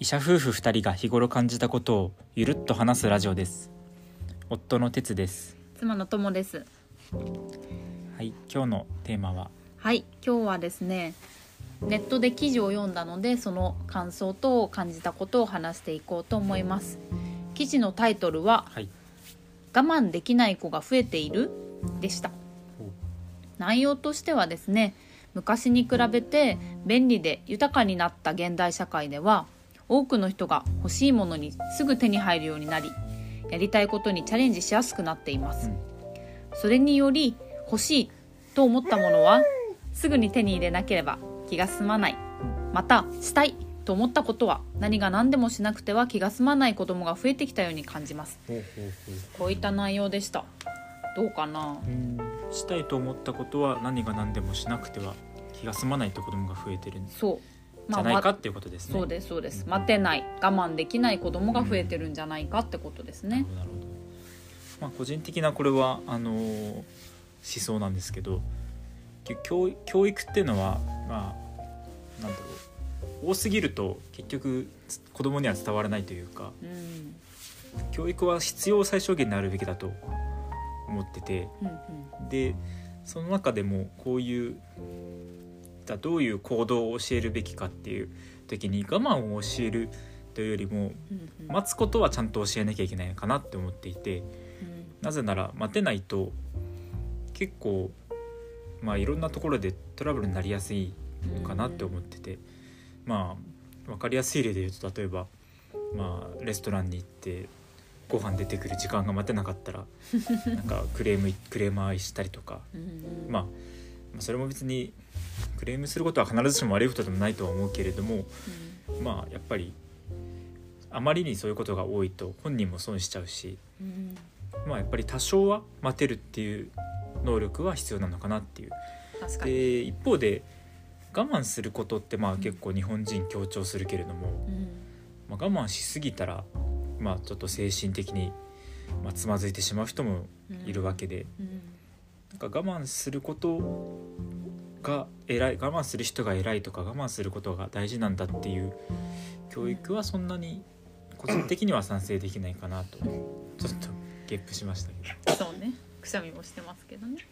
者夫婦2人が日頃感じたことをゆるっと話すラジオです。夫の哲です。 妻の友です。 はい、今日のテーマは、 はい、今日はですね、ネットで記事を読んだので、その感想と感じたことを話していこうと思います。記事のタイトルは、我慢できない子が増えているでした。内容としてはですね、昔に比べて便利で豊かになった現代社会では、多くの人が欲しいものにすぐ手に入るようになり、やりたいことにチャレンジしやすくなっています。それにより、欲しいと思ったものはすぐに手に入れなければ気が済まない、またしたいと思ったことは何が何でもしなくては気が済まない子どもが増えてきたように感じます。こういった内容でした。どうかな。 したいと思ったことは何が何でもしなくては気が済まないと子供が増えてるんじゃないかっていうことですね。 そうですそうです。待てない、我慢できない子どもが増えてるんじゃないかってことですね。 なるほど。個人的なこれは思想なんですけど、教育っていうのはなんだろう、多すぎると結局子供には伝わらないというか、教育は必要最小限になるべきだと思ってて、でその中でもこういうどういう行動を教えるべきかっていう時に、我慢を教えるというよりも、待つことはちゃんと教えなきゃいけないのかなって思っていて、なぜなら待てないと結構いろんなところでトラブルになりやすいのかなって思ってて、分かりやすい例で言うと、例えばレストランに行ってご飯出てくる時間が待てなかったらなんかクレーマーしたりとか、それも別にクレームすることは必ずしも悪いことでもないとは思うけれども、やっぱりあまりにそういうことが多いと本人も損しちゃうし、やっぱり多少は待てるっていう能力は必要なのかなっていう。 確かに。 で一方で我慢することって結構日本人強調するけれども、我慢しすぎたらちょっと精神的につまずいてしまう人もいるわけで、なんか我慢することが偉い、我慢する人が偉いとか我慢することが大事なんだっていう教育はそんなに個人的には賛成できないかなと、ちょっとゲップしましたけど。 そうね、くしゃみもしてますけどね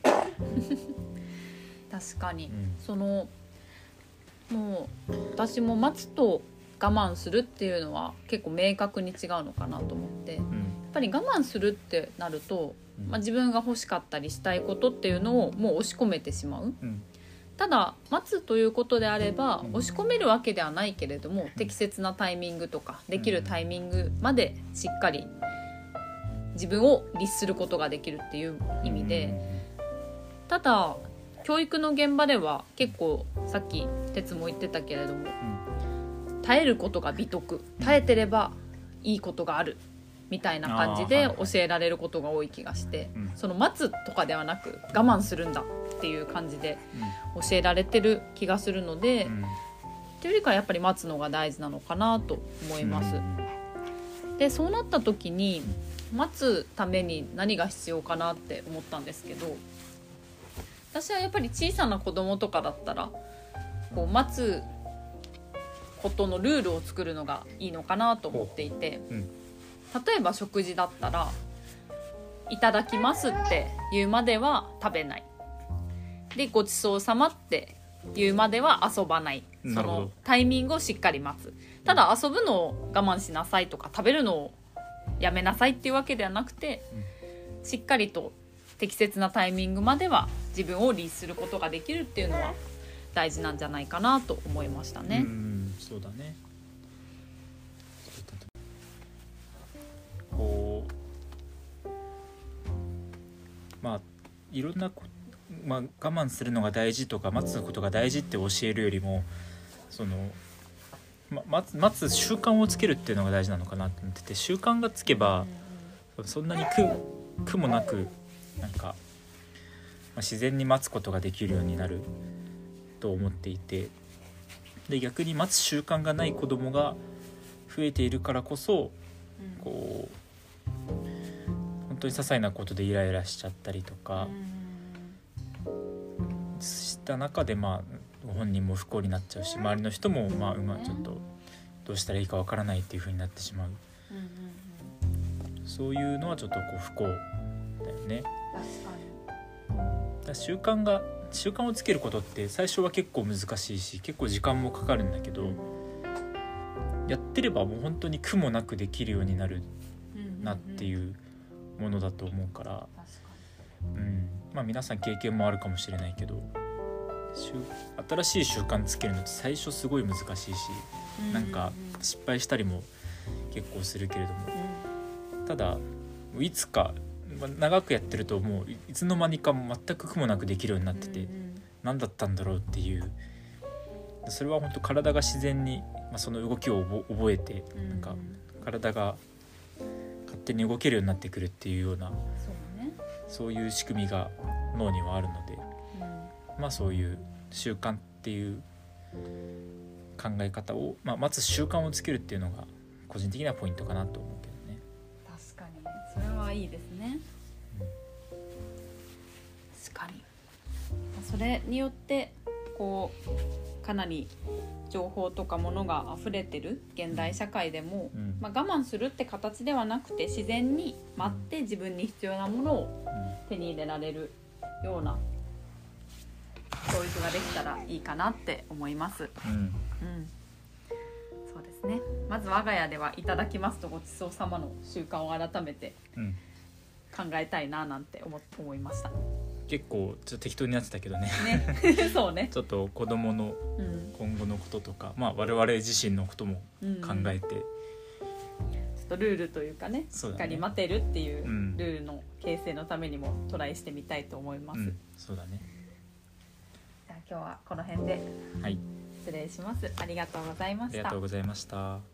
確かに、もう私も待つと我慢するっていうのは結構明確に違うのかなと思って、やっぱり我慢するってなると、自分が欲しかったりしたいことっていうのをもう押し込めてしまう、ただ待つということであれば、押し込めるわけではないけれども、適切なタイミングとかできるタイミングまでしっかり自分を律することができるっていう意味で、ただ教育の現場では結構さっき哲も言ってたけれども、耐えることが美徳、耐えてればいいことがあるみたいな感じで教えられることが多い気がして、その待つとかではなく我慢するんだっていう感じで教えられてる気がするので、というよりかはやっぱり待つのが大事なのかなと思います。でそうなった時に待つために何が必要かなって思ったんですけど、私はやっぱり小さな子供とかだったらこう待つことのルールを作るのがいいのかなと思っていて、例えば食事だったらいただきますって言うまでは食べないで、ごちそうさまって言うまでは遊ばない、そのタイミングをしっかり待つ。ただ遊ぶのを我慢しなさいとか食べるのをやめなさいっていうわけではなくて、しっかりと適切なタイミングまでは自分を律することができるっていうのは大事なんじゃないかなと思いましたね。 そうだね。いろんな我慢するのが大事とか待つことが大事って教えるよりも、その待つ習慣をつけるっていうのが大事なのかなと思ってて、習慣がつけばそんなに苦もなくなんか、自然に待つことができるようになると思っていて、で逆に待つ習慣がない子どもが増えているからこそ、こう本当に些細なことでイライラしちゃったりとかした中で、本人も不幸になっちゃうし、周りの人もちょっとどうしたらいいかわからないっていう風になってしまう、 うんうんうん、 そういうのはちょっとこう不幸だよね。 確かに。 だから習慣をつけることって最初は結構難しいし結構時間もかかるんだけど、やってればもう本当に苦もなくできるようになるなっていうものだと思うから、 確かまあ皆さん経験もあるかもしれないけど、新しい習慣つけるのって最初すごい難しいし、なんか失敗したりも結構するけれども、ただいつか長くやってるともういつの間にか全く苦もなくできるようになってて、何だったんだろうっていう、それは本当体が自然に、その動きを覚えて、なんか体が勝手に動けるようになってくるっていうような、そういう仕組みが脳にはあるので、そういう習慣っていう考え方を、まず習慣をつけるっていうのが個人的なポイントかなと思うけどね。 確かにそれはいいですね、確かに。それによってこうかなり情報とかものが溢れてる現代社会でも、我慢するって形ではなくて自然に待って自分に必要なものを手に入れられるような教育ができたらいいかなって思います、そうですね。まず我が家ではいただきますとごちそうさまの習慣を改めて考えたいななんて思いました。 結構ちょっと適当になってたけどねそうねちょっと子供の今後のこととか、我々自身のことも考えて、ちょっとルールというかね、しっかり待てるっていうルールの形成のためにもトライしてみたいと思います、 そうだね。 じゃあ今日はこの辺で失礼します、ありがとうございました。 ありがとうございました。